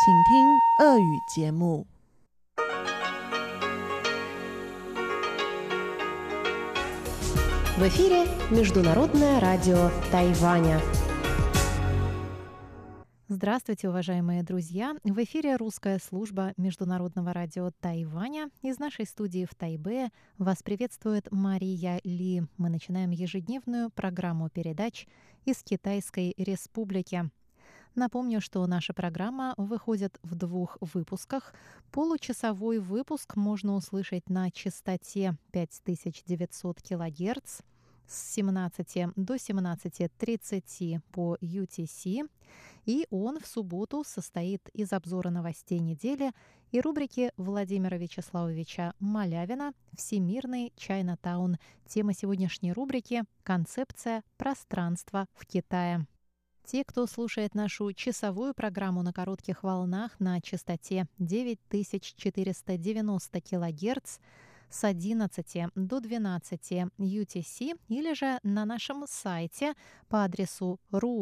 请听俄语节目。 В эфире Международное радио Тайваня. Здравствуйте, уважаемые друзья! В эфире русская служба Международного радио Тайваня. Из нашей студии в Тайбэе вас приветствует Мария Ли. Мы начинаем ежедневную программу передач из Китайской Республики. Напомню, что наша программа выходит в 2 выпусках. Получасовой выпуск можно услышать на частоте 5900 кГц с 17 до 17:30 по UTC. И он в субботу состоит из обзора новостей недели и рубрики Владимира Вячеславовича Малявина «Всемирный Чайнатаун». Тема сегодняшней рубрики «Концепция пространства в Китае». Те, кто слушает нашу часовую программу на коротких волнах на частоте 9490 кГц с 11 до 12 UTC или же на нашем сайте по адресу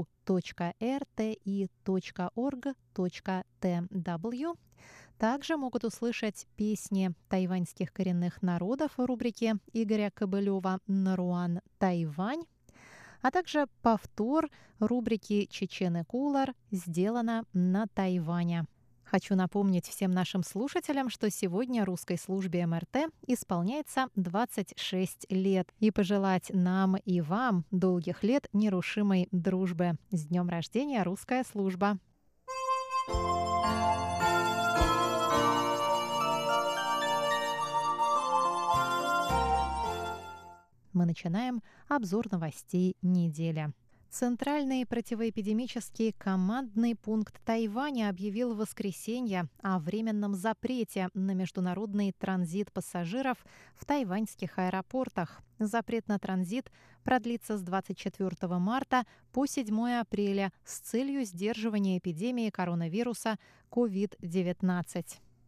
ru.rti.org.tw, также могут услышать песни тайваньских коренных народов в рубрике Игоря Кобылева «Наруан Тайвань», а также повтор рубрики «Чечен и Кулар» «Сделано на Тайване». Хочу напомнить всем нашим слушателям, что сегодня русской службе МРТ исполняется 26 лет, и пожелать нам и вам долгих лет нерушимой дружбы. С днем рождения, русская служба! Мы начинаем обзор новостей недели. Центральный противоэпидемический командный пункт Тайваня объявил в воскресенье о временном запрете на международный транзит пассажиров в тайваньских аэропортах. Запрет на транзит продлится с 24 марта по 7 апреля с целью сдерживания эпидемии коронавируса COVID-19.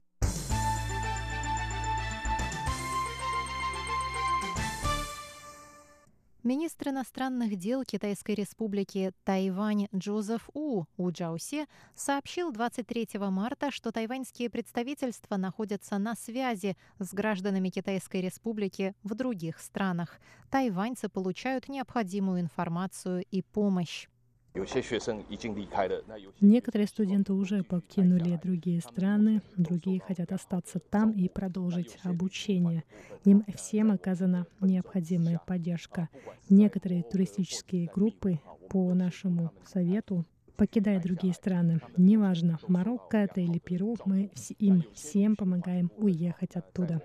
Министр иностранных дел Китайской Республики Тайвань Джозеф У Джауси сообщил 23 марта, что тайваньские представительства находятся на связи с гражданами Китайской Республики в других странах. Тайваньцы получают необходимую информацию и помощь. Некоторые студенты уже покинули другие страны, другие хотят остаться там и продолжить обучение. Им всем оказана необходимая поддержка. Некоторые туристические группы по нашему совету покидают другие страны. Неважно, Марокко это или Перу, мы им всем помогаем уехать оттуда.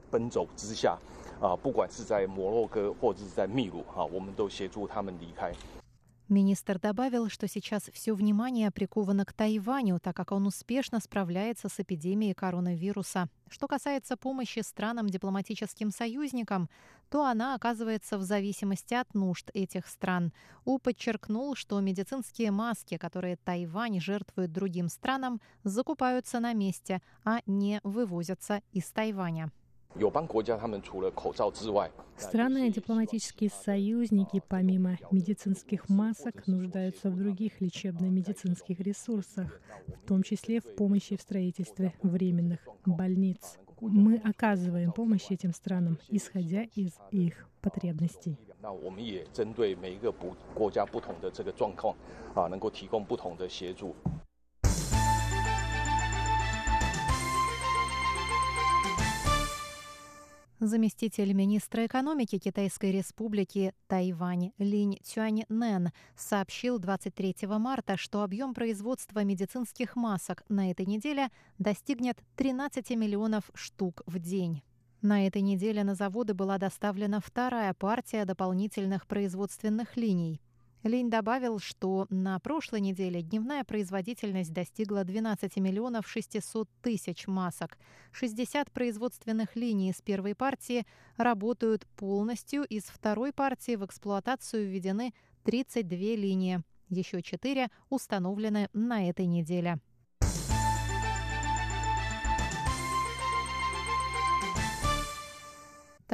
Министр добавил, что сейчас все внимание приковано к Тайваню, так как он успешно справляется с эпидемией коронавируса. Что касается помощи странам-дипломатическим союзникам, то она оказывается в зависимости от нужд этих стран. У подчеркнул, что медицинские маски, которые Тайвань жертвует другим странам, закупаются на месте, а не вывозятся из Тайваня. Страны, дипломатические союзники, помимо медицинских масок, нуждаются в других лечебно-медицинских ресурсах, в том числе в помощи в строительстве временных больниц. Мы оказываем помощь этим странам, исходя из их потребностей. Заместитель министра экономики Китайской Республики Тайвань Линь Цюаньнэн сообщил 23 марта, что объем производства медицинских масок на этой неделе достигнет 13 миллионов штук в день. На этой неделе на заводы была доставлена вторая партия дополнительных производственных линий. Линь добавил, что на прошлой неделе дневная производительность достигла 12 миллионов 600 тысяч масок. 60 производственных линий из первой партии работают полностью, из второй партии в эксплуатацию введены 32 линии. Еще 4 установлены на этой неделе.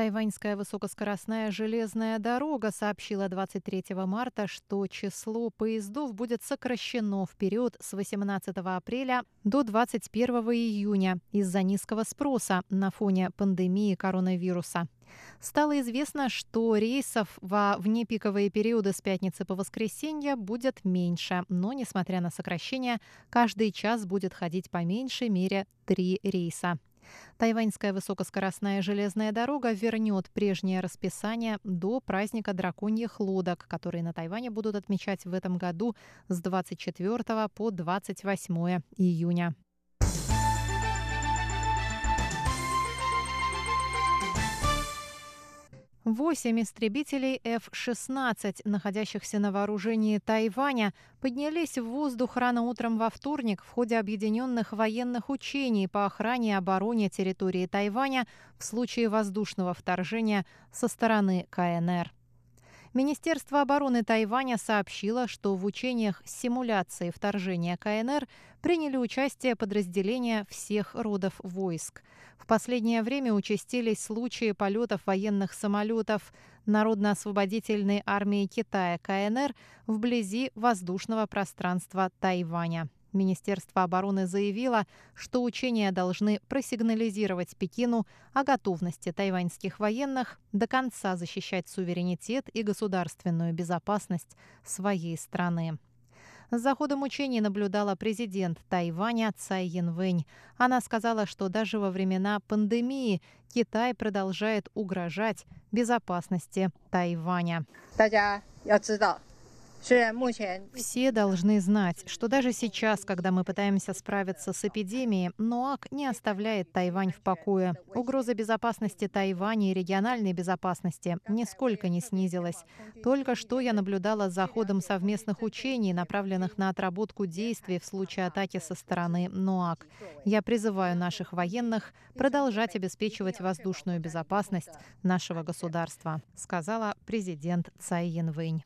Тайваньская высокоскоростная железная дорога сообщила 23 марта, что число поездов будет сокращено в период с 18 апреля до 21 июня из-за низкого спроса на фоне пандемии коронавируса. Стало известно, что рейсов во внепиковые периоды с пятницы по воскресенье будет меньше, но, несмотря на сокращение, каждый час будет ходить по меньшей мере 3 рейса. Тайваньская высокоскоростная железная дорога вернет прежнее расписание до праздника драконьих лодок, который на Тайване будут отмечать в этом году с 24 по 28 июня. 8 истребителей F-16, находящихся на вооружении Тайваня, поднялись в воздух рано утром во вторник в ходе объединенных военных учений по охране и обороне территории Тайваня в случае воздушного вторжения со стороны КНР. Министерство обороны Тайваня сообщило, что в учениях с симуляцией вторжения КНР приняли участие подразделения всех родов войск. В последнее время участились случаи полетов военных самолетов Народно-освободительной армии Китая КНР вблизи воздушного пространства Тайваня. Министерство обороны заявило, что учения должны просигнализировать Пекину о готовности тайваньских военных до конца защищать суверенитет и государственную безопасность своей страны. За ходом учений наблюдала президент Тайваня Цай Янвэнь. Она сказала, что даже во времена пандемии Китай продолжает угрожать безопасности Тайваня. Все должны знать, что даже сейчас, когда мы пытаемся справиться с эпидемией, НОАК не оставляет Тайвань в покое. Угроза безопасности Тайваня и региональной безопасности нисколько не снизилась. Только что я наблюдала за ходом совместных учений, направленных на отработку действий в случае атаки со стороны НОАК. Я призываю наших военных продолжать обеспечивать воздушную безопасность нашего государства, сказала президент Цай Янвэнь.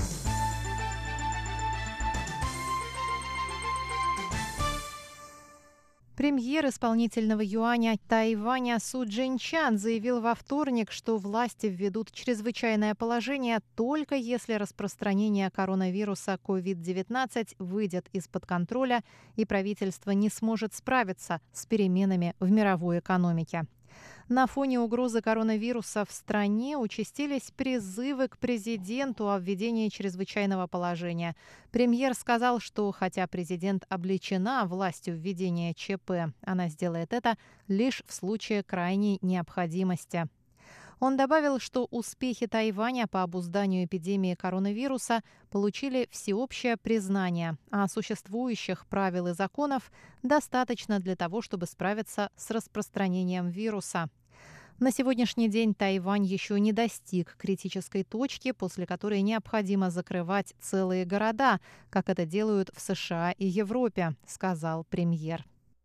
Премьер исполнительного юаня Тайваня Су Чжэньчан заявил во вторник, что власти введут чрезвычайное положение только если распространение коронавируса COVID-19 выйдет из-под контроля и правительство не сможет справиться с переменами в мировой экономике. На фоне угрозы коронавируса в стране участились призывы к президенту о введении чрезвычайного положения. Премьер сказал, что хотя президент облечена властью введения ЧП, она сделает это лишь в случае крайней необходимости. Он добавил, что успехи Тайваня по обузданию эпидемии коронавируса получили всеобщее признание, а существующих правил и законов достаточно для того, чтобы справиться с распространением вируса. На сегодняшний день Тайвань еще не достиг критической точки, после которой необходимо закрывать целые города, как это делают в США и Европе, сказал премьер.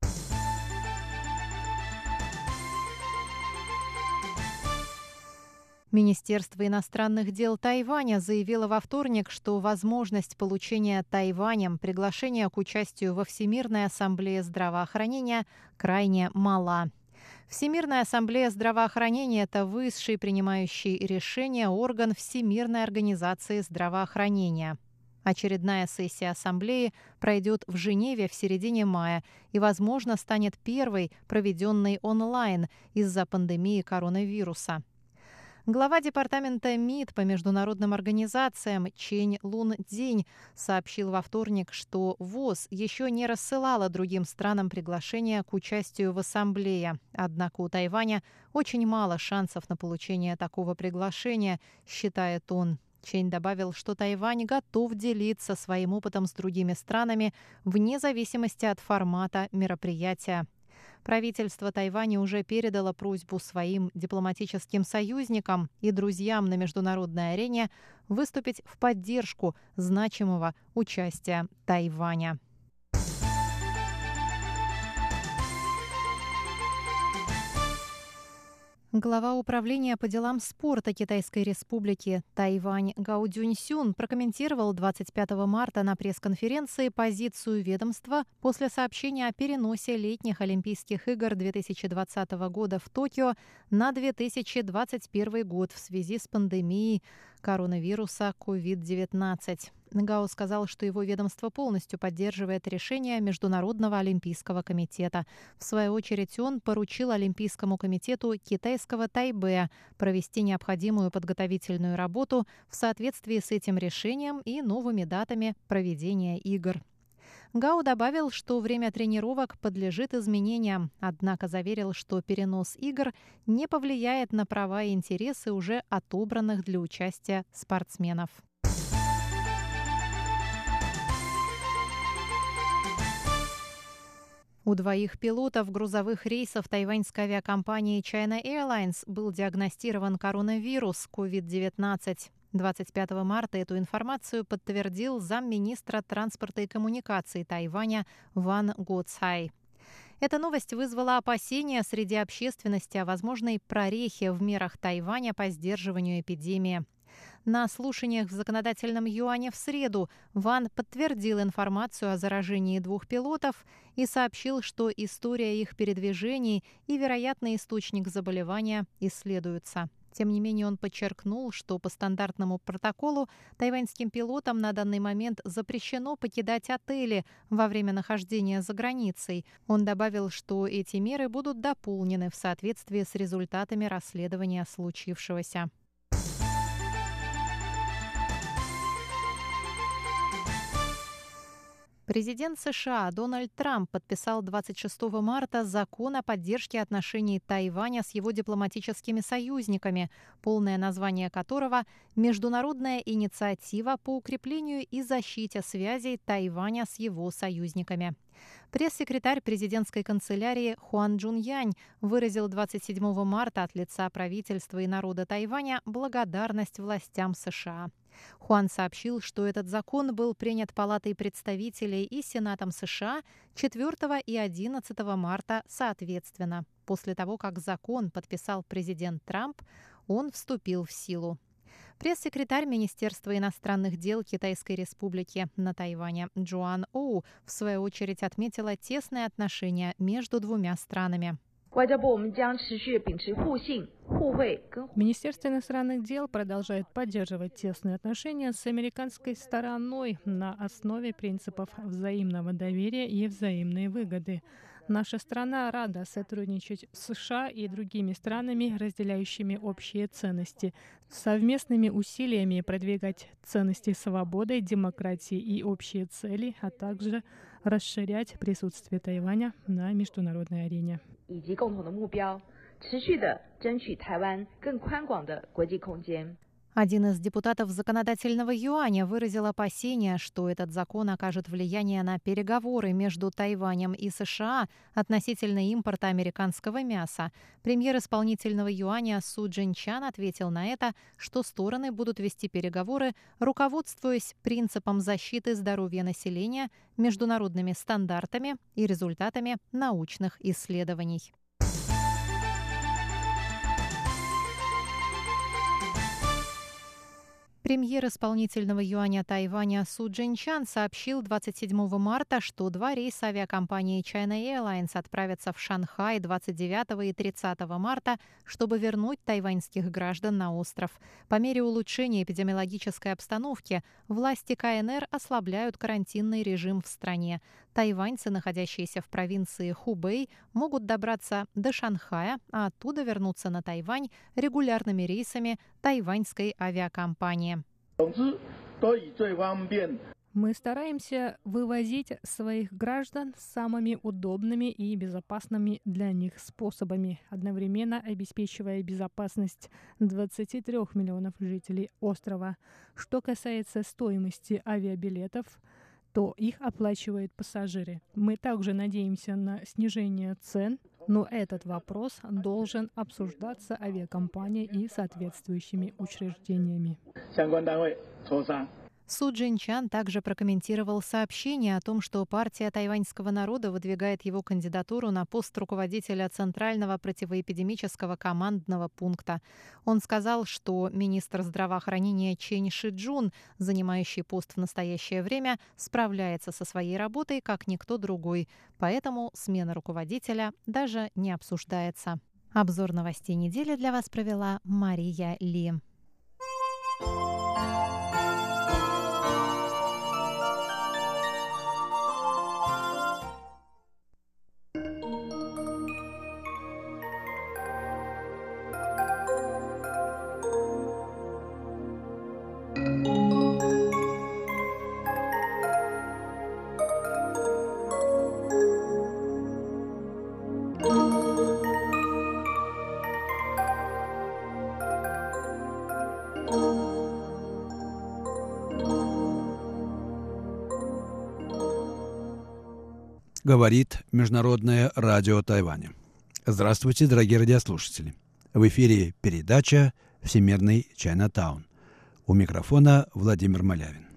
Министерство иностранных дел Тайваня заявило во вторник, что возможность получения Тайванем приглашения к участию во Всемирной ассамблее здравоохранения крайне мала. Всемирная ассамблея здравоохранения – это высший принимающий решения орган Всемирной организации здравоохранения. Очередная сессия ассамблеи пройдет в Женеве в середине мая и, возможно, станет первой, проведенной онлайн из-за пандемии коронавируса. Глава департамента МИД по международным организациям Чэнь Лун Цзинь сообщил во вторник, что ВОЗ еще не рассылала другим странам приглашения к участию в ассамблее. Однако у Тайваня очень мало шансов на получение такого приглашения, считает он. Чэнь добавил, что Тайвань готов делиться своим опытом с другими странами вне зависимости от формата мероприятия. Правительство Тайваня уже передало просьбу своим дипломатическим союзникам и друзьям на международной арене выступить в поддержку значимого участия Тайваня. Глава управления по делам спорта Китайской республики Тайвань Гао Цзюньсюн прокомментировал 25 марта на пресс-конференции позицию ведомства после сообщения о переносе летних Олимпийских игр 2020 года в Токио на 2021 год в связи с пандемией коронавируса COVID-19. Гао сказал, что его ведомство полностью поддерживает решение Международного олимпийского комитета. В свою очередь он поручил Олимпийскому комитету китайского Тайбэя провести необходимую подготовительную работу в соответствии с этим решением и новыми датами проведения игр. Гао добавил, что время тренировок подлежит изменениям, однако заверил, что перенос игр не повлияет на права и интересы уже отобранных для участия спортсменов. У 2 пилотов грузовых рейсов тайваньской авиакомпании China Airlines был диагностирован коронавирус COVID-19. 25 марта эту информацию подтвердил замминистра транспорта и коммуникаций Тайваня Ван Гоцай. Эта новость вызвала опасения среди общественности о возможной прорехе в мерах Тайваня по сдерживанию эпидемии. На слушаниях в законодательном юане в среду Ван подтвердил информацию о заражении 2 пилотов и сообщил, что история их передвижений и вероятный источник заболевания исследуются. Тем не менее, он подчеркнул, что по стандартному протоколу тайваньским пилотам на данный момент запрещено покидать отели во время нахождения за границей. Он добавил, что эти меры будут дополнены в соответствии с результатами расследования случившегося. Президент США Дональд Трамп подписал 26 марта закон о поддержке отношений Тайваня с его дипломатическими союзниками, полное название которого «Международная инициатива по укреплению и защите связей Тайваня с его союзниками». Пресс-секретарь президентской канцелярии Хуан Чжуньянь выразил 27 марта от лица правительства и народа Тайваня благодарность властям США. Хуан сообщил, что этот закон был принят Палатой представителей и Сенатом США 4 и 11 марта соответственно. После того, как закон подписал президент Трамп, он вступил в силу. Пресс-секретарь Министерства иностранных дел Китайской республики на Тайване Джоан Оу в свою очередь отметила тесные отношения между двумя странами. Министерство иностранных дел продолжает поддерживать тесные отношения с американской стороной на основе принципов взаимного доверия и взаимной выгоды. Наша страна рада сотрудничать с США и другими странами, разделяющими общие ценности, совместными усилиями продвигать ценности свободы, демократии и общие цели, а также расширять присутствие Тайваня на международной арене. Один из депутатов законодательного юаня выразил опасения, что этот закон окажет влияние на переговоры между Тайванем и США относительно импорта американского мяса. Премьер исполнительного юаня Су Чжэньчан ответил на это, что стороны будут вести переговоры, руководствуясь принципом защиты здоровья населения, международными стандартами и результатами научных исследований. Премьер исполнительного юаня Тайваня Су Чжэньчан сообщил 27 марта, что 2 рейса авиакомпании China Airlines отправятся в Шанхай 29 и 30 марта, чтобы вернуть тайваньских граждан на остров. По мере улучшения эпидемиологической обстановки власти КНР ослабляют карантинный режим в стране. Тайваньцы, находящиеся в провинции Хубэй, могут добраться до Шанхая, а оттуда вернуться на Тайвань регулярными рейсами тайваньской авиакомпании. Мы стараемся вывозить своих граждан самыми удобными и безопасными для них способами, одновременно обеспечивая безопасность 23 миллионов жителей острова. Что касается стоимости авиабилетов, то их оплачивают пассажиры. Мы также надеемся на снижение цен, но этот вопрос должен обсуждаться авиакомпанией и соответствующими учреждениями. Су Джинчан также прокомментировал сообщение о том, что партия тайваньского народа выдвигает его кандидатуру на пост руководителя Центрального противоэпидемического командного пункта. Он сказал, что министр здравоохранения Чен Шиджун, занимающий пост в настоящее время, справляется со своей работой как никто другой, поэтому смена руководителя даже не обсуждается. Обзор новостей недели для вас провела Мария Ли. Говорит Международное радио Тайваня. Здравствуйте, дорогие радиослушатели. В эфире передача «Всемирный Чайнатаун». У микрофона Владимир Малявин.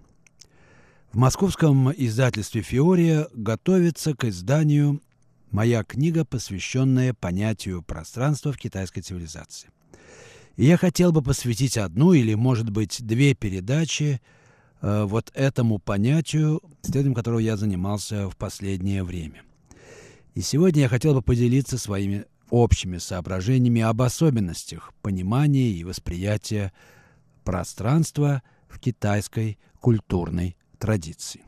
В московском издательстве «Фиория» готовится к изданию моя книга, посвященная понятию пространства в китайской цивилизации. И я хотел бы посвятить одну или, может быть, две передачи вот этому понятию, исследованием которого я занимался в последнее время. И сегодня я хотел бы поделиться своими общими соображениями об особенностях понимания и восприятия пространства в китайской культурной традиции.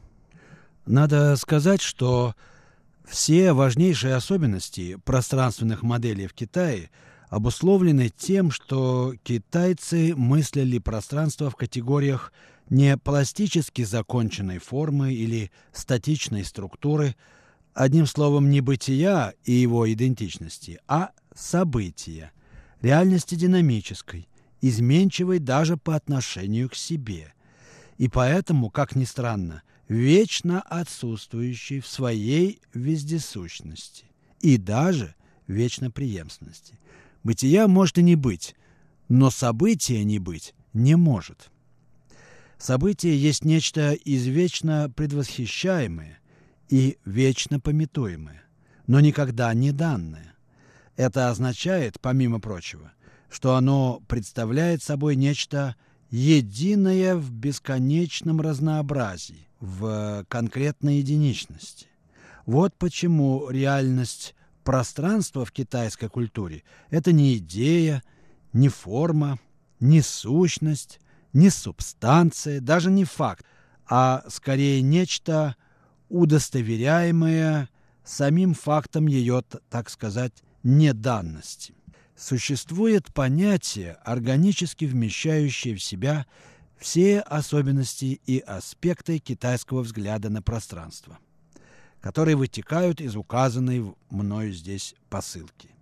Надо сказать, что все важнейшие особенности пространственных моделей в Китае обусловлены тем, что китайцы мыслили пространство в категориях не пластически законченной формы или статичной структуры, одним словом, не бытия и его идентичности, а события, реальности динамической, изменчивой даже по отношению к себе, и поэтому, как ни странно, вечно отсутствующей в своей вездесущности и даже вечнопреемственности. Бытия может и не быть, но события не быть не может. Событие есть нечто извечно предвосхищаемое и вечно памятуемое, но никогда не данное. Это означает, помимо прочего, что оно представляет собой нечто единое в бесконечном разнообразии, в конкретной единичности. Вот почему реальность пространства в китайской культуре – это не идея, не форма, не сущность, не субстанция, даже не факт, а скорее нечто удостоверяемое самим фактом ее, так сказать, неданности. Существует понятие, органически вмещающее в себя все особенности и аспекты китайского взгляда на пространство, которые вытекают из указанной мною здесь посылки.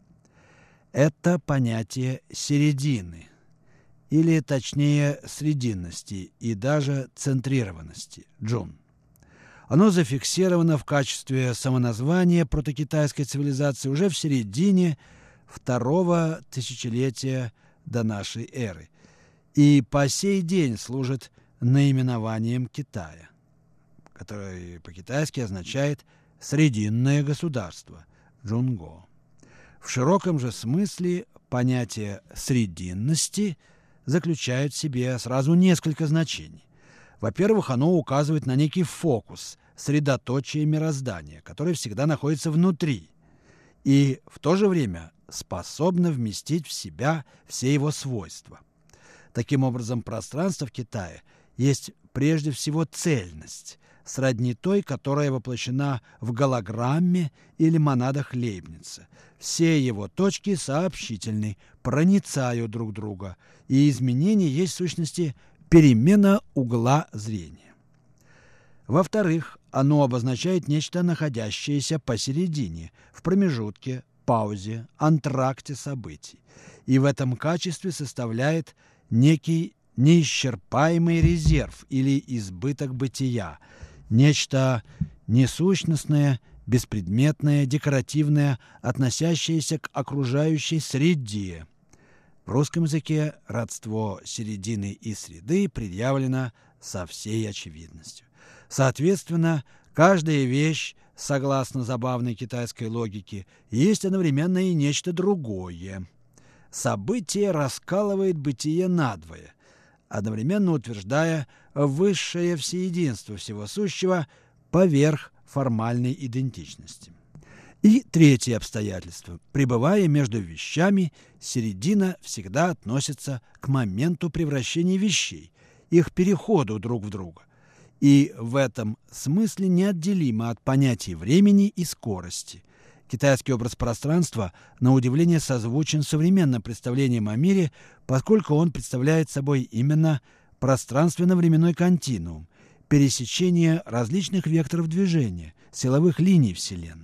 Это понятие середины, или точнее срединности и даже центрированности, джун. Оно зафиксировано в качестве самоназвания протокитайской цивилизации уже в середине второго тысячелетия до нашей эры и по сей день служит наименованием Китая, которое по-китайски означает «срединное государство» джунго. В широком же смысле понятие срединности заключает в себе сразу несколько значений. Во-первых, оно указывает на некий фокус, средоточие мироздания, которое всегда находится внутри, и в то же время способно вместить в себя все его свойства. Таким образом, пространство в Китае есть прежде всего цельность, сродни той, которая воплощена в голограмме или монадах Лейбница. Все его точки сообщительны, проницают друг друга, и изменение есть в сущности перемена угла зрения. Во-вторых, оно обозначает нечто, находящееся посередине, в промежутке, паузе, антракте событий, и в этом качестве составляет некий неисчерпаемый резерв или избыток бытия, нечто несущностное, беспредметное, декоративное, относящееся к окружающей среде. В русском языке родство середины и среды предъявлено со всей очевидностью. Соответственно, каждая вещь, согласно забавной китайской логике, есть одновременно и нечто другое. Событие раскалывает бытие надвое, одновременно утверждая высшее всеединство всего сущего поверх формальной идентичности. И третье обстоятельство. Пребывая между вещами, середина всегда относится к моменту превращения вещей, их переходу друг в друга, и в этом смысле неотделимо от понятий времени и скорости. Китайский образ пространства, на удивление, созвучен современным представлениям о мире, поскольку он представляет собой именно пространственно-временной континуум, пересечение различных векторов движения, силовых линий Вселенной.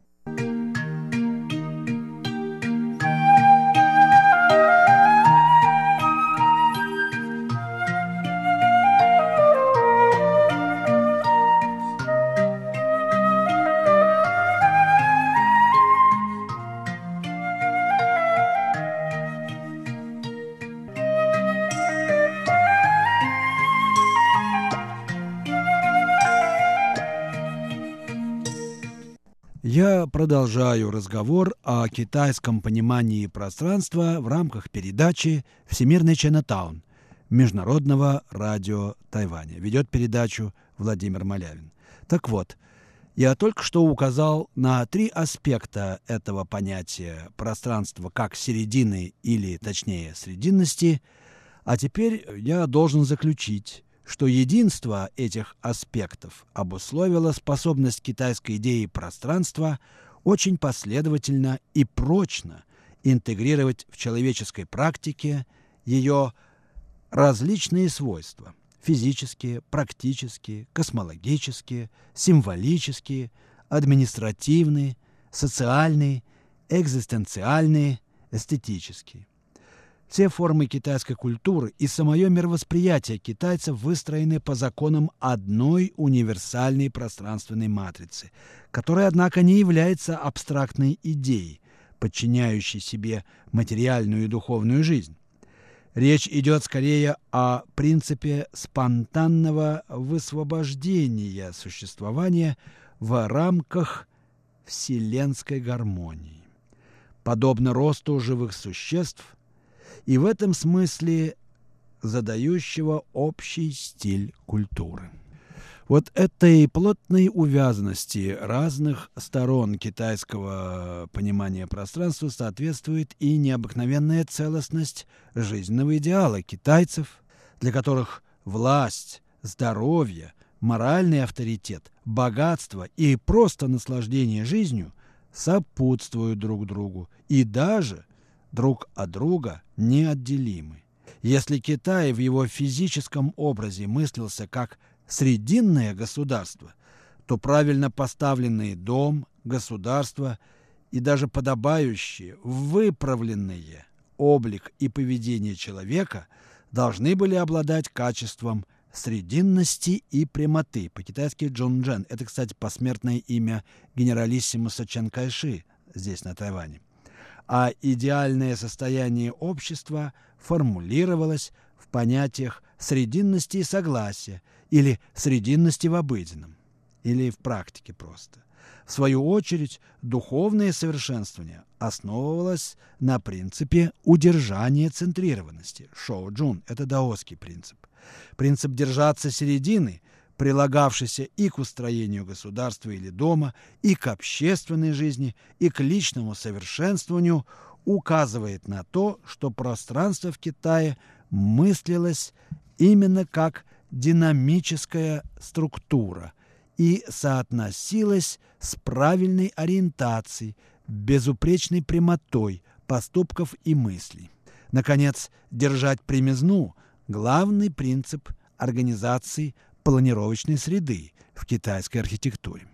Я продолжаю разговор о китайском понимании пространства в рамках передачи «Всемирный Чайнатаун» Международного радио Тайваня. Ведет передачу Владимир Малявин. Так вот, я только что указал на 3 аспекта этого понятия пространства как середины или, точнее, срединности, а теперь я должен заключить, что единство этих аспектов обусловило способность китайской идеи пространства очень последовательно и прочно интегрировать в человеческой практике ее различные свойства – физические, практические, космологические, символические, административные, социальные, экзистенциальные, эстетические. Все формы китайской культуры и самое мировосприятие китайцев выстроены по законам одной универсальной пространственной матрицы, которая, однако, не является абстрактной идеей, подчиняющей себе материальную и духовную жизнь. Речь идет скорее о принципе спонтанного высвобождения существования в рамках вселенской гармонии, подобно росту живых существ, и в этом смысле задающего общий стиль культуры. Вот этой плотной увязанности разных сторон китайского понимания пространства соответствует и необыкновенная целостность жизненного идеала китайцев, для которых власть, здоровье, моральный авторитет, богатство и просто наслаждение жизнью сопутствуют друг другу и даже друг от друга неотделимы. Если Китай в его физическом образе мыслился как срединное государство, то правильно поставленные дом, государство и даже подобающие, выправленные облик и поведение человека должны были обладать качеством срединности и прямоты. По-китайски Джунчжэн. Это, кстати, посмертное имя генералиссимуса Чан Кайши здесь, на Тайване. А идеальное состояние общества формулировалось в понятиях срединности и согласия, или срединности в обыденном, или в практике просто. В свою очередь, духовное совершенствование основывалось на принципе удержания центрированности. Шоу-джун – это даосский принцип. Принцип держаться середины, прилагавшийся и к устроению государства или дома, и к общественной жизни, и к личному совершенствованию, указывает на то, что пространство в Китае мыслилось именно как динамическая структура и соотносилось с правильной ориентацией, безупречной прямотой поступков и мыслей. Наконец, держать примизну – главный принцип организации планировочной среды в китайской архитектуре.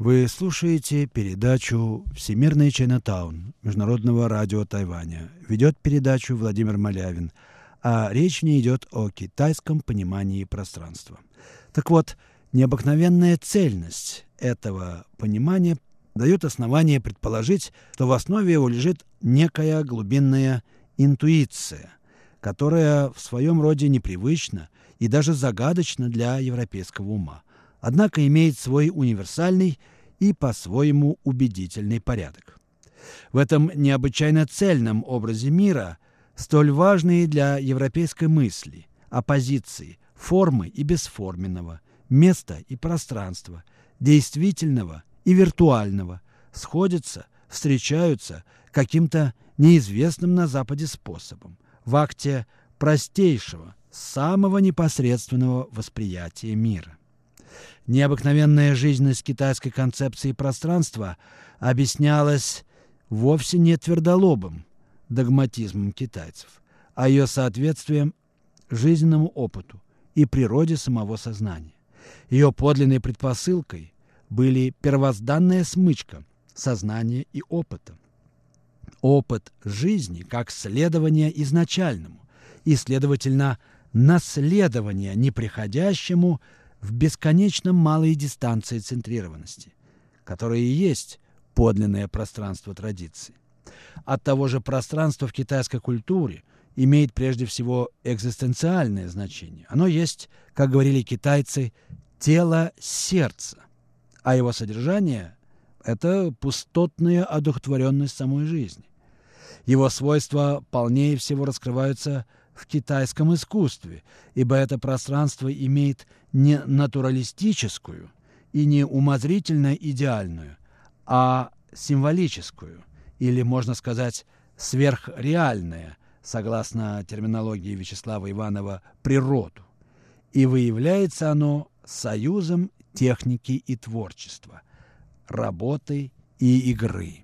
Вы слушаете передачу «Всемирный Чайнатаун» Международного радио Тайваня. Ведет передачу Владимир Малявин, а речь в ней идет о китайском понимании пространства. Так вот, необыкновенная цельность этого понимания дает основание предположить, что в основе его лежит некая глубинная интуиция, которая в своем роде непривычна и даже загадочна для европейского ума, однако имеет свой универсальный и по-своему убедительный порядок. В этом необычайно цельном образе мира столь важные для европейской мысли оппозиции формы и бесформенного, места и пространства, действительного и виртуального сходятся, встречаются каким-то неизвестным на Западе способом, в акте простейшего, самого непосредственного восприятия мира. Необыкновенная жизненность китайской концепции пространства объяснялась вовсе не твердолобым догматизмом китайцев, а ее соответствием жизненному опыту и природе самого сознания. Ее подлинной предпосылкой были первозданная смычка сознания и опыта. Опыт жизни как следование изначальному и, следовательно, наследование неприходящему в бесконечно малой дистанции центрированности, которая и есть подлинное пространство традиции. От того же пространства в китайской культуре имеет прежде всего экзистенциальное значение. Оно есть, как говорили китайцы, тело сердца, а его содержание – это пустотная одухотворенность самой жизни. Его свойства полнее всего раскрываются в китайском искусстве, ибо это пространство имеет не натуралистическую и не умозрительно-идеальную, а символическую, или, можно сказать, сверхреальное, согласно терминологии Вячеслава Иванова, природу. И выявляется оно союзом техники и творчества, работы и игры.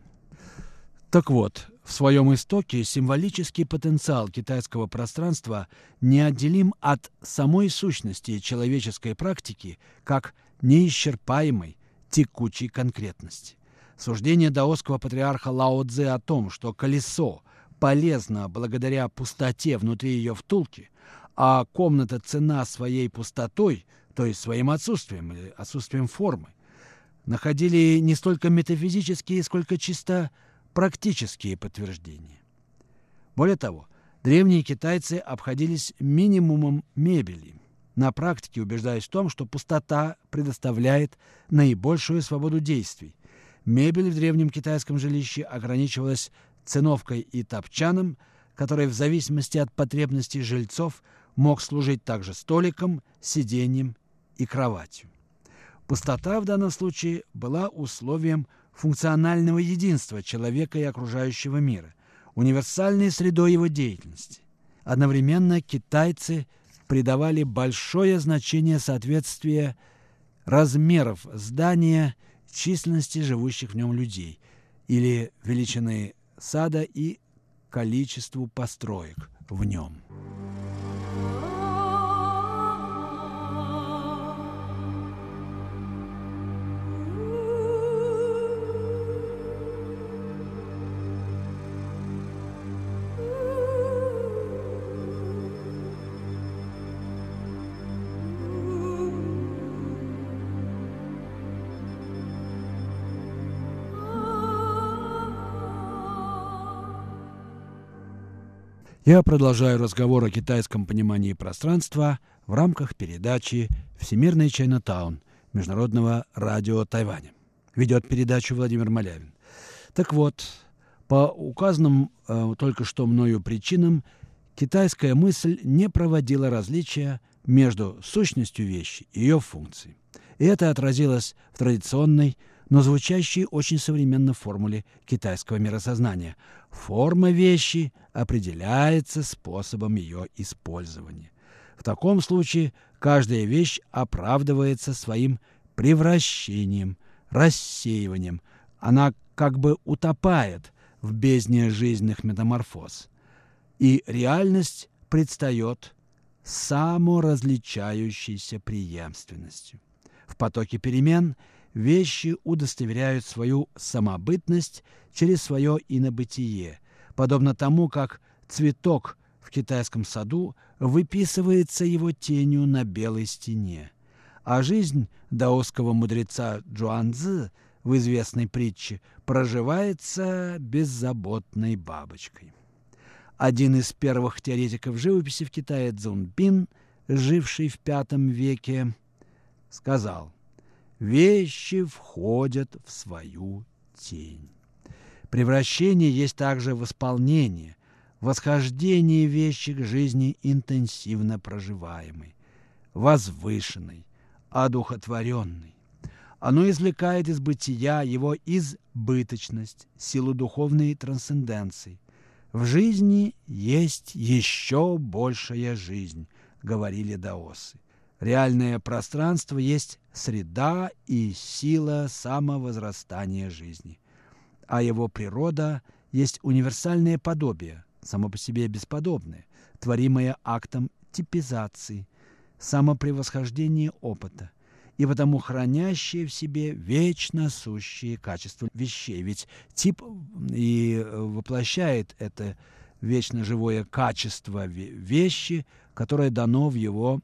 Так вот, в своем истоке символический потенциал китайского пространства неотделим от самой сущности человеческой практики как неисчерпаемой текучей конкретности. Суждение даосского патриарха Лао Цзэ о том, что колесо полезно благодаря пустоте внутри ее втулки, а комната ценна своей пустотой, то есть своим отсутствием или отсутствием формы, находили не столько метафизические, сколько чисто практические подтверждения. Более того, древние китайцы обходились минимумом мебели, на практике убеждаясь в том, что пустота предоставляет наибольшую свободу действий. Мебель в древнем китайском жилище ограничивалась циновкой и топчаном, который в зависимости от потребностей жильцов мог служить также столиком, сиденьем и кроватью. Пустота в данном случае была условием функционального единства человека и окружающего мира, универсальной средой его деятельности. Одновременно китайцы придавали большое значение соответствия размеров здания численности живущих в нем людей или величины сада и количеству построек в нем. Я продолжаю разговор о китайском понимании пространства в рамках передачи «Всемирный Чайнатаун» Международного радио Тайваня. Ведет передачу Владимир Малявин. Так вот, по указанным только что мною причинам китайская мысль не проводила различия между сущностью вещи и ее функцией. И это отразилось в традиционной, но звучащей очень современно формуле китайского миросознания. Форма вещи определяется способом ее использования. В таком случае каждая вещь оправдывается своим превращением, рассеиванием. Она как бы утопает в бездне жизненных метаморфоз. И реальность предстает саморазличающейся преемственностью. В потоке перемен вещи удостоверяют свою самобытность через свое инобытие, подобно тому, как цветок в китайском саду выписывается его тенью на белой стене. А жизнь даосского мудреца Чжуанцзы в известной притче проживается беззаботной бабочкой. Один из первых теоретиков живописи в Китае, Цзуньпин, живший в V веке, сказал: «Вещи входят в свою тень». Превращение есть также восполнение, восхождение вещи к жизни интенсивно проживаемой, возвышенной, одухотворенной. Оно извлекает из бытия его избыточность, силу духовной трансценденции. В жизни есть еще большая жизнь, говорили даосы. Реальное пространство есть среда и сила самовозрастания жизни, а его природа есть универсальное подобие, само по себе бесподобное, творимое актом типизации, самопревосхождения опыта, и потому хранящее в себе вечно сущие качества вещей. Ведь тип и воплощает это вечно живое качество вещи, которое дано в ее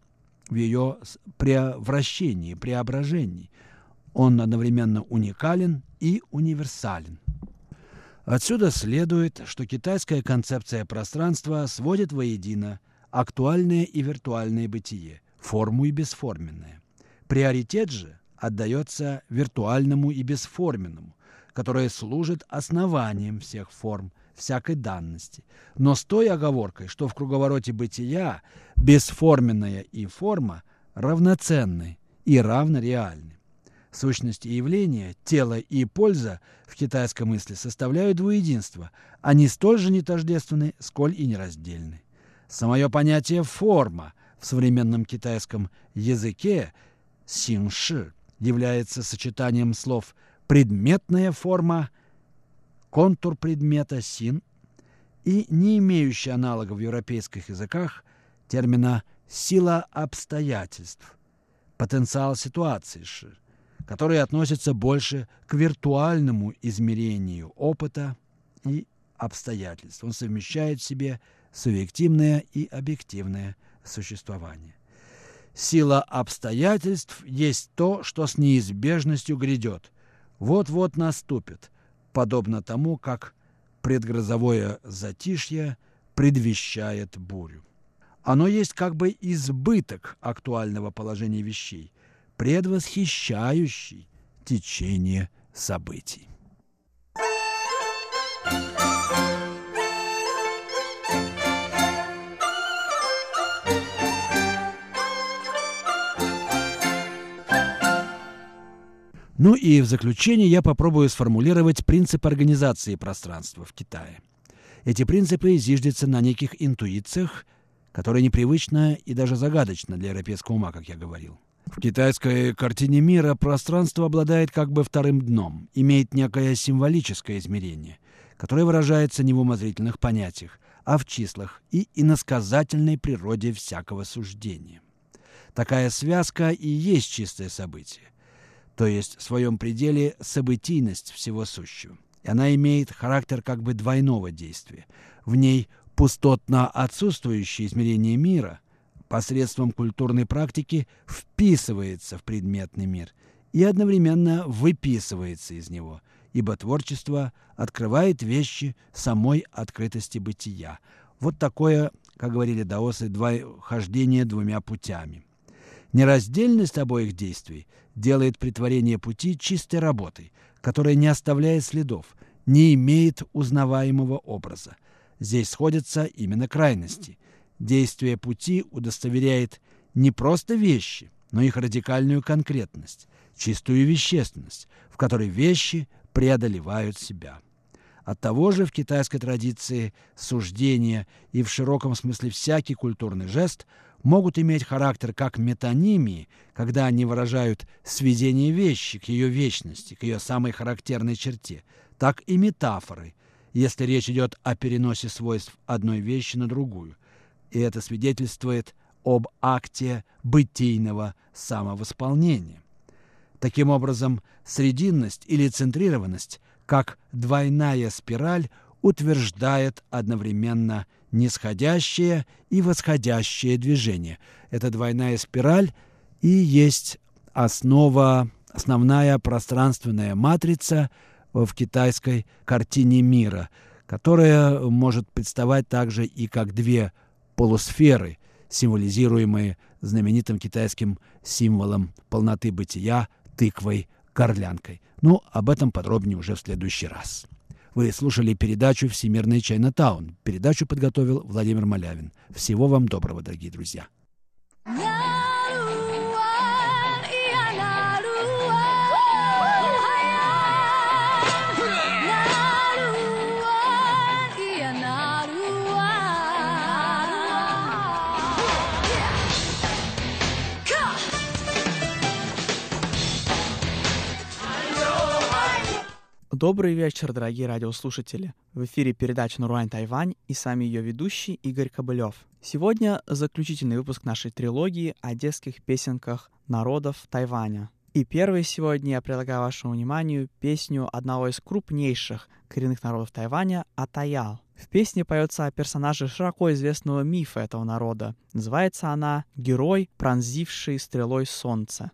превращении, преображении. Он одновременно уникален и универсален. Отсюда следует, что китайская концепция пространства сводит воедино актуальное и виртуальное бытие, форму и бесформенное. Приоритет же отдается виртуальному и бесформенному, которое служит основанием всех форм, всякой данности, но с той оговоркой, что в круговороте бытия бесформенная и форма равноценны и равнореальны. Сущность и явление, тело и польза в китайской мысли составляют двуединство, они столь же не тождественны, сколь и нераздельны. Самое понятие «форма» в современном китайском языке синьши является сочетанием слов «предметная форма», «контур предмета» син и не имеющий аналога в европейских языках термина «сила обстоятельств», «потенциал ситуации ши», который относится больше к виртуальному измерению опыта и обстоятельств. Он совмещает в себе субъективное и объективное существование. Сила обстоятельств есть то, что с неизбежностью грядет, вот-вот наступит, подобно тому, как предгрозовое затишье предвещает бурю. Оно есть как бы избыток актуального положения вещей, предвосхищающий течение событий. Ну и в заключение я попробую сформулировать принцип организации пространства в Китае. Эти принципы зиждятся на неких интуициях, которые непривычно и даже загадочно для европейского ума, как я говорил. В китайской картине мира пространство обладает как бы вторым дном, имеет некое символическое измерение, которое выражается не в умозрительных понятиях, а в числах и иносказательной природе всякого суждения. Такая связка и есть чистое событие, то есть в своем пределе событийность всего сущего. И она имеет характер как бы двойного действия. В ней пустотно отсутствующее измерение мира посредством культурной практики вписывается в предметный мир и одновременно выписывается из него, ибо творчество открывает вещи самой открытости бытия. Вот такое, как говорили даосы, хождение двумя путями. Нераздельность обоих действий делает претворение пути чистой работой, которая не оставляет следов, не имеет узнаваемого образа. Здесь сходятся именно крайности. Действие пути удостоверяет не просто вещи, но их радикальную конкретность, чистую вещественность, в которой вещи преодолевают себя. Оттого же в китайской традиции суждения и в широком смысле всякий культурный жест могут иметь характер как метонимии, когда они выражают сведение вещи к ее вечности, к ее самой характерной черте, так и метафоры, если речь идет о переносе свойств одной вещи на другую. И это свидетельствует об акте бытийного самовосполнения. Таким образом, срединность или центрированность, как двойная спираль, утверждает одновременно нисходящее и восходящее движение. Эта двойная спираль и есть основная пространственная матрица в китайской картине мира, которая может представать также и как две полусферы, символизируемые знаменитым китайским символом полноты бытия тыквой-горлянкой. Но об этом подробнее уже в следующий раз. Вы слушали передачу «Всемирный Чайнатаун». Передачу подготовил Владимир Малявин. Всего вам доброго, дорогие друзья. Добрый вечер, дорогие радиослушатели. В эфире передача «Наруань Тайвань» и с вами ее ведущий Игорь Кобылев. Сегодня заключительный выпуск нашей трилогии о детских песенках народов Тайваня. И первой сегодня я предлагаю вашему вниманию песню одного из крупнейших коренных народов Тайваня — Атаял. В песне поется о персонаже широко известного мифа этого народа. Называется она «Герой, пронзивший стрелой солнце».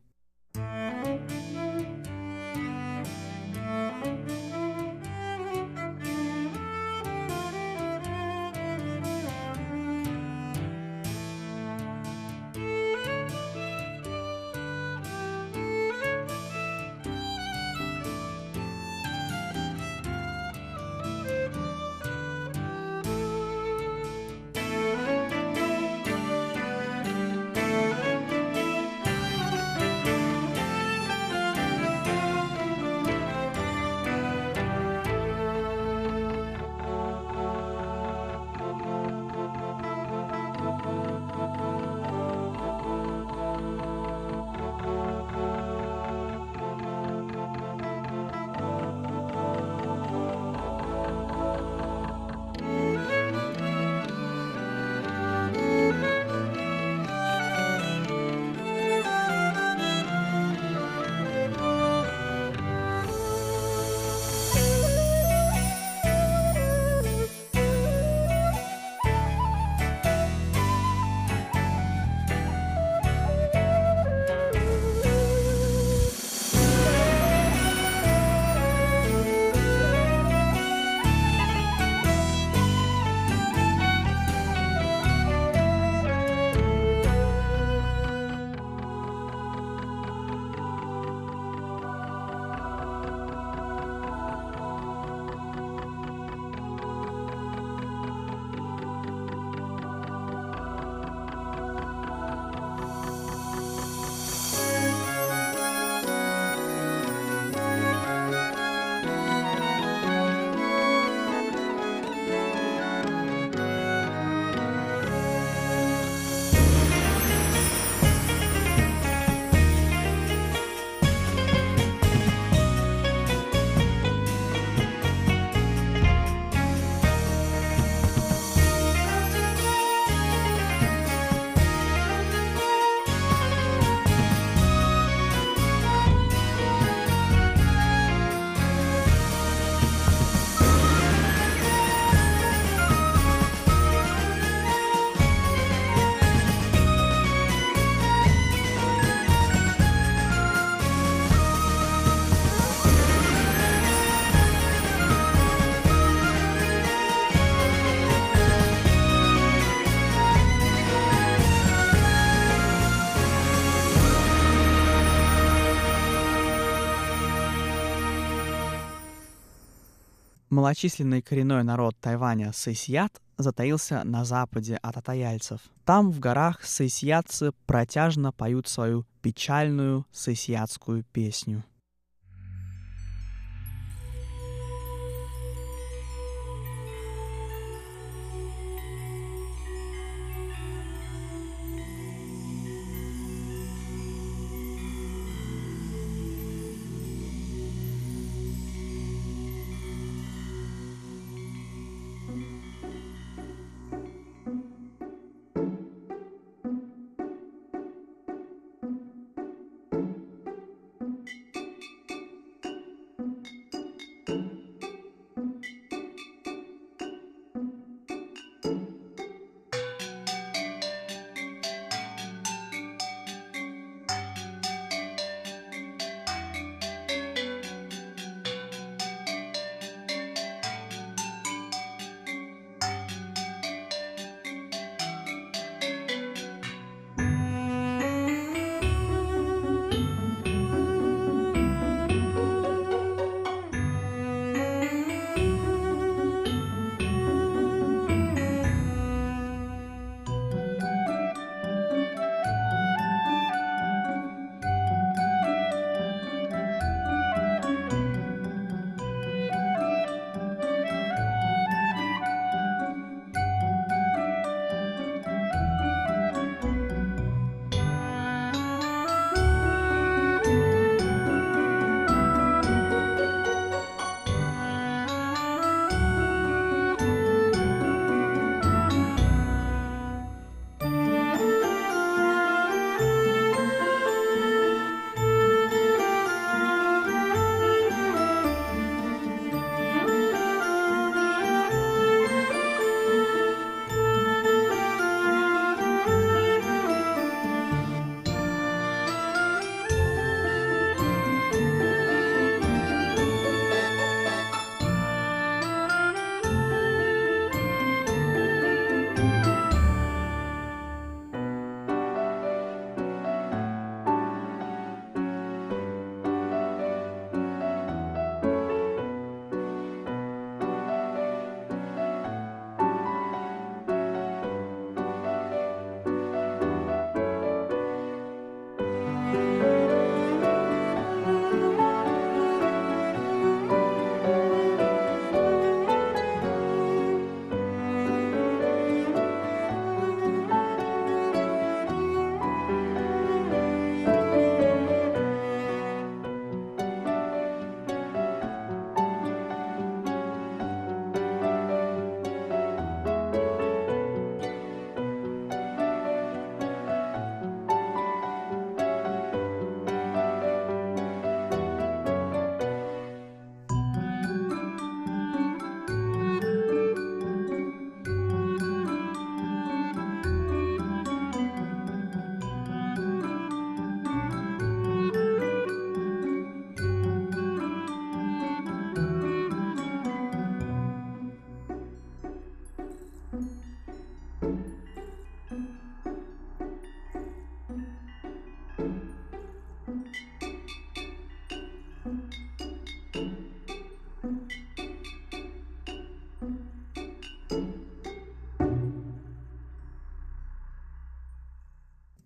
Малочисленный коренной народ Тайваня сэйсият затаился на западе от атаяльцев. Там, в горах, сэйсиятцы протяжно поют свою печальную сэйсиятскую песню.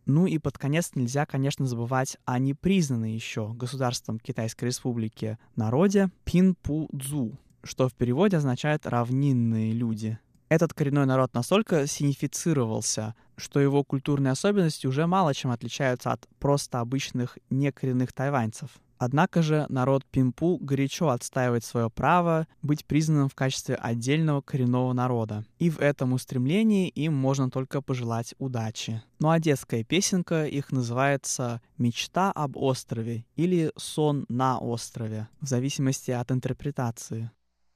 Ну и под конец нельзя, конечно, забывать о непризнанной еще государством Китайской Республики народе Пинпу-дзу, что в переводе означает «равнинные люди». Этот коренной народ настолько синифицировался, что его культурные особенности уже мало чем отличаются от просто обычных некоренных тайваньцев. Однако же народ Пинпу горячо отстаивает свое право быть признанным в качестве отдельного коренного народа. И в этом устремлении им можно только пожелать удачи. Ну а детская песенка их называется «Мечта об острове» или «Сон на острове», в зависимости от интерпретации.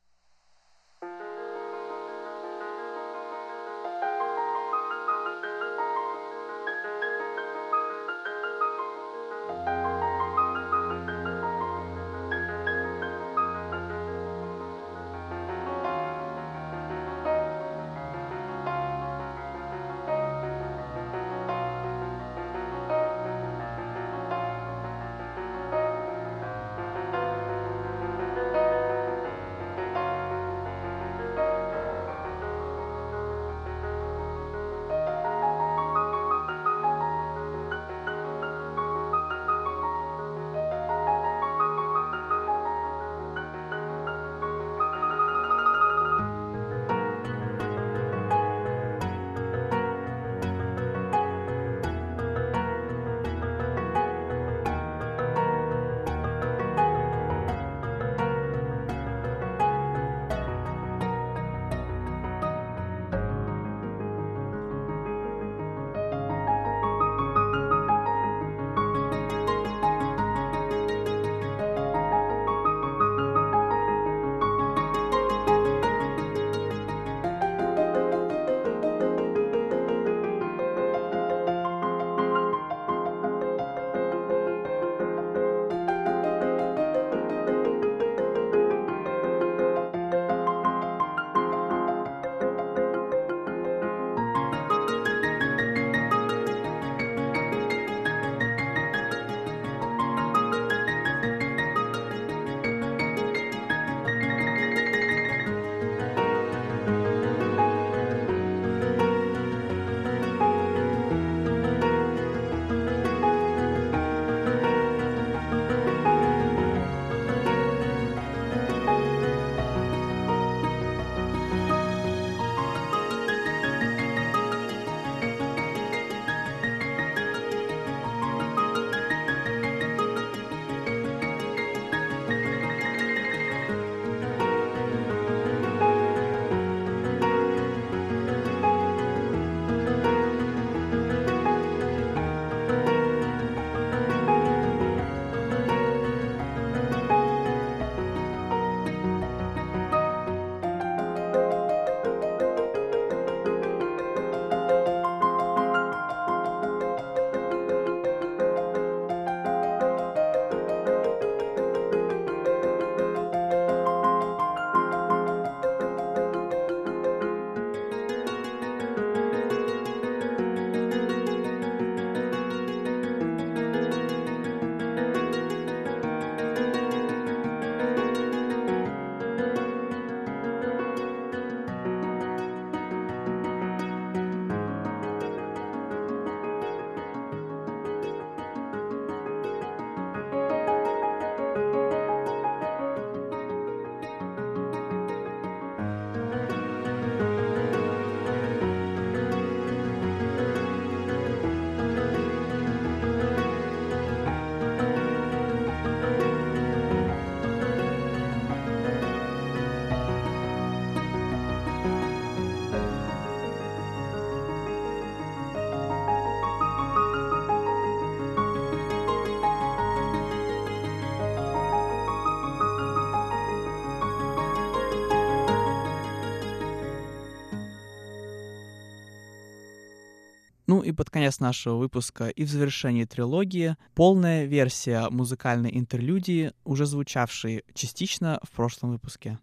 Ну и под конец нашего выпуска и в завершении трилогии полная версия музыкальной интерлюдии, уже звучавшей частично в прошлом выпуске.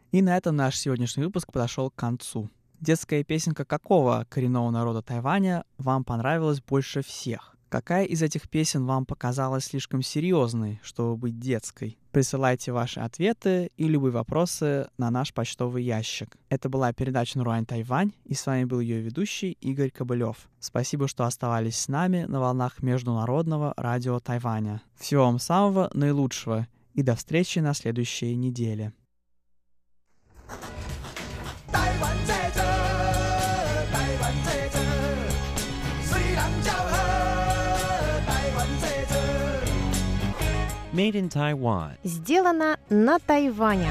И на этом наш сегодняшний выпуск подошел к концу. Детская песенка какого коренного народа Тайваня вам понравилась больше всех? Какая из этих песен вам показалась слишком серьезной, чтобы быть детской? Присылайте ваши ответы и любые вопросы на наш почтовый ящик. Это была передача «Наруань Тайвань», и с вами был ее ведущий Игорь Кобылев. Спасибо, что оставались с нами на волнах Международного радио Тайваня. Всего вам самого наилучшего и до встречи на следующей неделе. Made in Taiwan. Сделано на Тайване.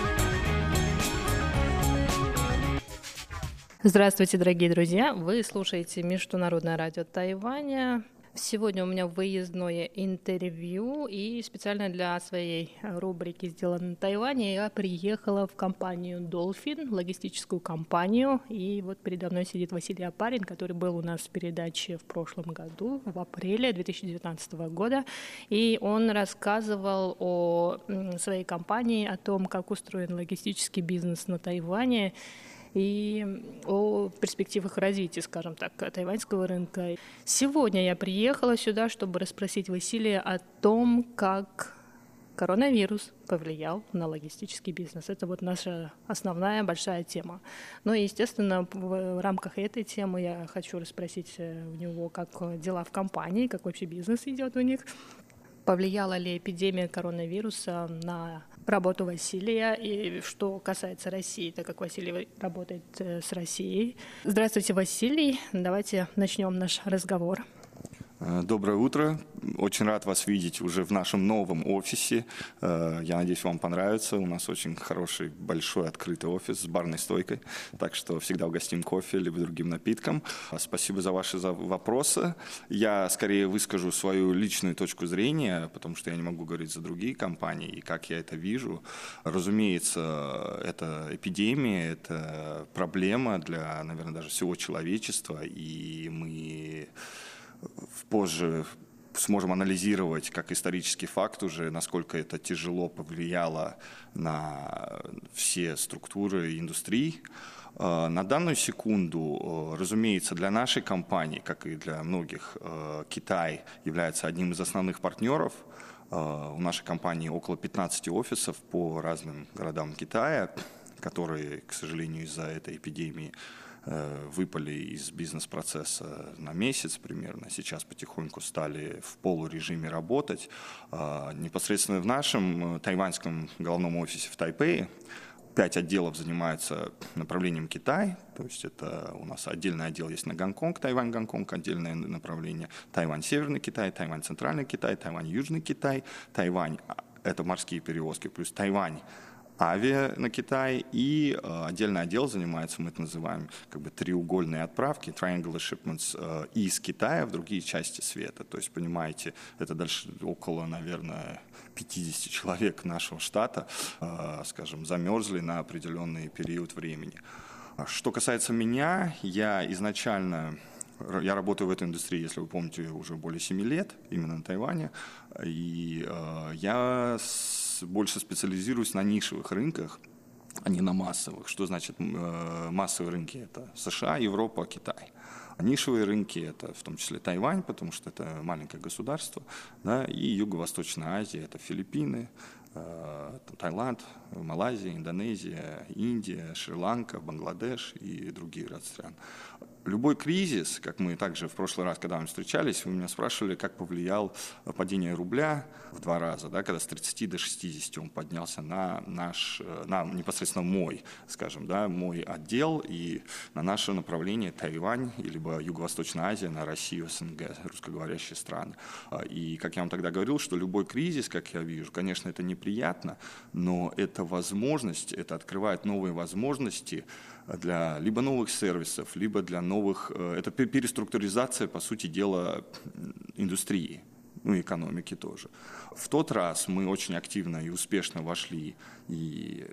Здравствуйте, дорогие друзья! Вы слушаете Международное радио Тайваня. Сегодня у меня выездное интервью, и специально для своей рубрики «Сделано на Тайване» я приехала в компанию Dolphin, логистическую компанию. И вот передо мной сидит Василий Опарин, который был у нас в передаче в прошлом году, в апреле 2019 года. И он рассказывал о своей компании, о том, как устроен логистический бизнес на Тайване, и о перспективах развития, скажем так, тайваньского рынка. Сегодня я приехала сюда, чтобы расспросить Василия о том, как коронавирус повлиял на логистический бизнес. Это вот наша основная большая тема. Ну и, естественно, в рамках этой темы я хочу расспросить у него, как дела в компании, как вообще бизнес идет у них. Повлияла ли эпидемия коронавируса на работу Василия, и что касается России, так как Василий работает с Россией. Здравствуйте, Василий. Давайте начнем наш разговор. Доброе утро. Очень рад вас видеть уже в нашем новом офисе. Я надеюсь, вам понравится. У нас очень хороший, большой, открытый офис с барной стойкой. Так что всегда угостим кофе либо другим напитком. Спасибо за ваши вопросы. Я скорее выскажу свою личную точку зрения, потому что я не могу говорить за другие компании и как я это вижу. Разумеется, это эпидемия, это проблема для, наверное, даже всего человечества, и мы позже сможем анализировать как исторический факт уже, насколько это тяжело повлияло на все структуры индустрии. На данную секунду, разумеется, для нашей компании, как и для многих, Китай является одним из основных партнеров. У нашей компании около 15 офисов по разным городам Китая, которые, к сожалению, из-за этой эпидемии выпали из бизнес-процесса на месяц примерно. Сейчас потихоньку стали в полурежиме работать. Непосредственно в нашем тайваньском головном офисе в Тайпэе 5 отделов занимаются направлением Китай. То есть это у нас отдельный отдел есть на Гонконг, Тайвань-Гонконг, отдельное направление Тайвань-Северный Китай, Тайвань-Центральный Китай, Тайвань-Южный Китай, Тайвань – это морские перевозки, плюс Тайвань – авиа на Китай, и отдельный отдел занимается, мы это называем, как бы треугольные отправки, triangular shipments, из Китая в другие части света. То есть, понимаете, это дальше около, наверное, 50 человек нашего штата, скажем, замерзли на определенный период времени. Что касается меня, я работаю в этой индустрии, если вы помните, уже более 7 лет, именно на Тайване, и я больше специализируюсь на нишевых рынках, а не на массовых. Что значит массовые рынки? Это США, Европа, Китай. А нишевые рынки – это в том числе Тайвань, потому что это маленькое государство, да, и Юго-Восточная Азия – это Филиппины, Таиланд, Малайзия, Индонезия, Индия, Шри-Ланка, Бангладеш и другие ряд стран. Любой кризис, как мы также в прошлый раз, когда мы встречались, вы меня спрашивали, как повлиял падение рубля в 2 раза, да, когда с 30 до 60 он поднялся на непосредственно мой, скажем, да, мой отдел и на наше направление Тайвань, либо Юго-Восточная Азия, на Россию, СНГ, русскоговорящие страны. И, как я вам тогда говорил, что любой кризис, как я вижу, конечно, это неприятно, но это возможность, это открывает новые возможности для либо новых сервисов, либо для новых... Это переструктуризация, по сути дела, индустрии, ну и экономики тоже. В тот раз мы очень активно и успешно вошли и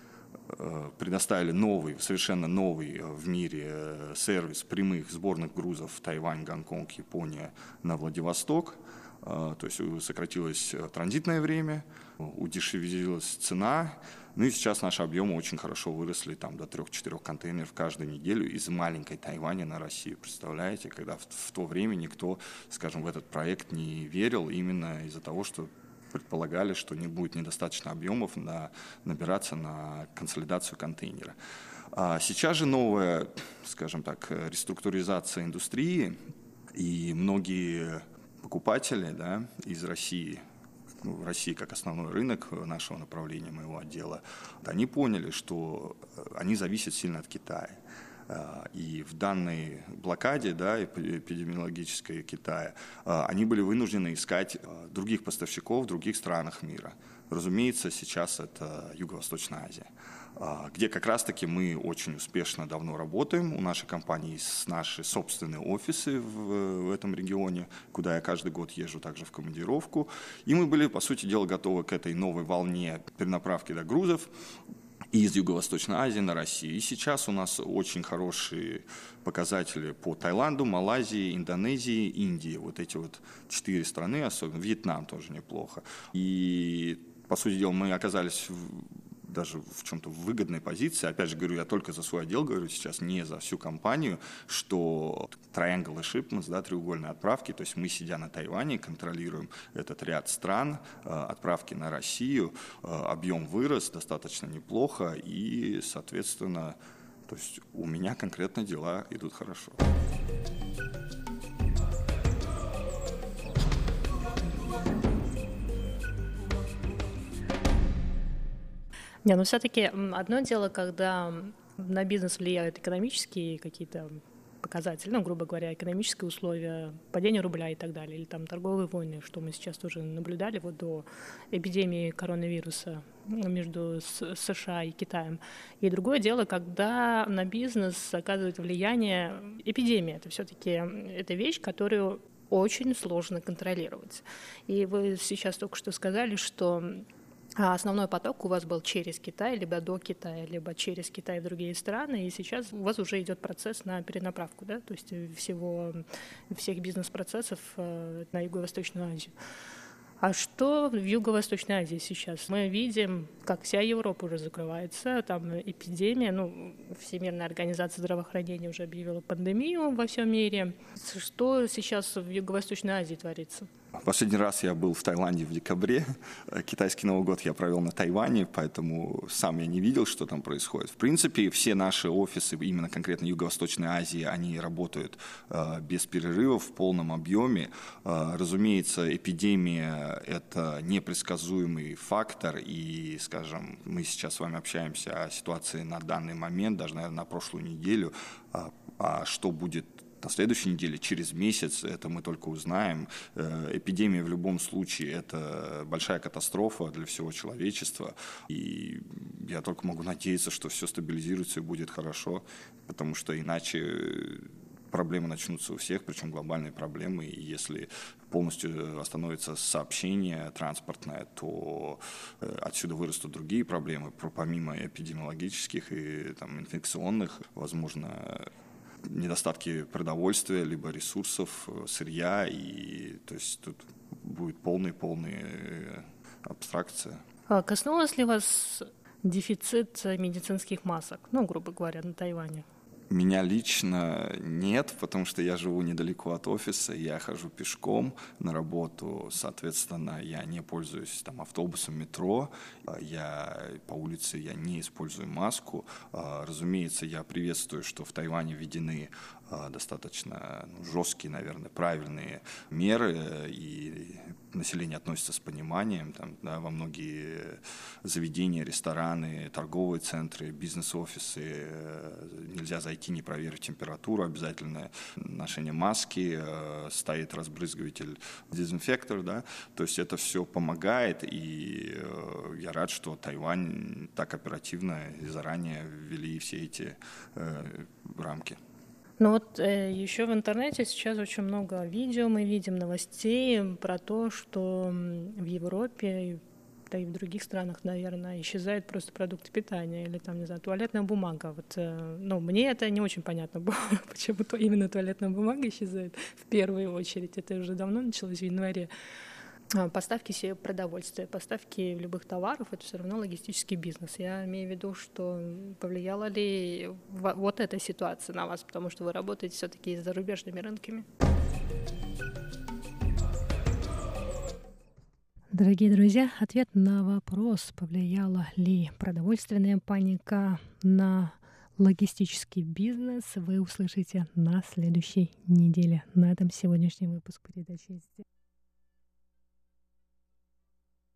предоставили совершенно новый в мире сервис прямых сборных грузов в Тайвань, Гонконг, Япония на Владивосток. То есть сократилось транзитное время, удешевилась цена, Ну и сейчас наши объемы очень хорошо выросли там, до 3-4 контейнеров каждую неделю из маленькой Тайваня на Россию. Представляете, когда в то время никто, скажем, в этот проект не верил именно из-за того, что предполагали, что не будет недостаточно объемов набираться на консолидацию контейнера. А сейчас же новая, скажем так, реструктуризация индустрии, и многие покупатели, да, из России, России как основной рынок нашего направления, моего отдела, они поняли, что они зависят сильно от Китая. И в данной блокаде, да, эпидемиологической Китая, они были вынуждены искать других поставщиков в других странах мира. Разумеется, сейчас это Юго-Восточная Азия, где как раз-таки мы очень успешно давно работаем. У нашей компании есть наши собственные офисы в этом регионе, куда я каждый год езжу также в командировку. И мы были, по сути дела, готовы к этой новой волне перенаправки грузов из Юго-Восточной Азии на Россию. И сейчас у нас очень хорошие показатели по Таиланду, Малайзии, Индонезии, Индии. Вот эти вот 4 страны, особенно Вьетнам тоже неплохо. И, по сути дела, мы оказались даже в чем-то выгодной позиции. Опять же, говорю, я только за свой отдел говорю сейчас, не за всю компанию, что triangle shipments, да, треугольные отправки, то есть мы, сидя на Тайване, контролируем этот ряд стран, отправки на Россию, объем вырос достаточно неплохо, и, соответственно, то есть у меня конкретно дела идут хорошо. Не, но все-таки одно дело, когда на бизнес влияют экономические какие-то показатели, ну, грубо говоря, экономические условия, падение рубля и так далее, или там торговые войны, что мы сейчас тоже наблюдали вот до эпидемии коронавируса между США и Китаем. И другое дело, когда на бизнес оказывает влияние эпидемия. Это все-таки это вещь, которую очень сложно контролировать. И вы сейчас только что сказали, что основной поток у вас был через Китай, либо до Китая, либо через Китай в другие страны, и сейчас у вас уже идет процесс на перенаправку, да, то есть всех бизнес-процессов на Юго-Восточную Азию. А что в Юго-Восточной Азии сейчас? Мы видим, как вся Европа уже закрывается, там эпидемия, Всемирная организация здравоохранения уже объявила пандемию во всем мире. Что сейчас в Юго-Восточной Азии творится? Последний раз я был в Таиланде в декабре. Китайский Новый год я провел на Тайване, поэтому сам я не видел, что там происходит. В принципе, все наши офисы, именно конкретно Юго-Восточной Азии, они работают без перерывов, в полном объеме. Разумеется, эпидемия – это непредсказуемый фактор, и, скажем, мы сейчас с вами общаемся о ситуации на данный момент, даже, наверное, на прошлую неделю, а что будет на следующей неделе, через месяц, это мы только узнаем. Эпидемия в любом случае – это большая катастрофа для всего человечества. И я только могу надеяться, что все стабилизируется и будет хорошо, потому что иначе проблемы начнутся у всех, причем глобальные проблемы. И если полностью остановится сообщение транспортное, то отсюда вырастут другие проблемы, помимо эпидемиологических и инфекционных, возможно, недостатки продовольствия, либо ресурсов, сырья, и то есть тут будет полная абстракция. Коснулось ли вас дефицит медицинских масок, грубо говоря, на Тайване? Меня лично нет, потому что я живу недалеко от офиса, я хожу пешком на работу, соответственно, я не пользуюсь автобусом, метро, по улице я не использую маску. Разумеется, я приветствую, что в Тайване введены достаточно жесткие, наверное, правильные меры, и население относится с пониманием. Во многие заведения, рестораны, торговые центры, бизнес-офисы нельзя зайти, не проверив температуру, обязательно ношение маски, стоит разбрызгиватель, дезинфектор, да, то есть это все помогает, и я рад, что Тайвань так оперативно и заранее ввели все эти равки. Еще в интернете сейчас очень много видео, мы видим новостей про то, что в Европе, да и в других странах, наверное, исчезают просто продукты питания или туалетная бумага. Мне это не очень понятно было, почему именно туалетная бумага исчезает в первую очередь. Это уже давно началось в январе. поставки продовольствия, поставки любых товаров — это все равно логистический бизнес. Я имею в виду, что повлияла ли вот эта ситуация на вас, потому что вы работаете все-таки с зарубежными рынками. Дорогие друзья, ответ на вопрос, повлияла ли продовольственная паника на логистический бизнес, вы услышите на следующей неделе. На этом сегодняшний выпуск передачи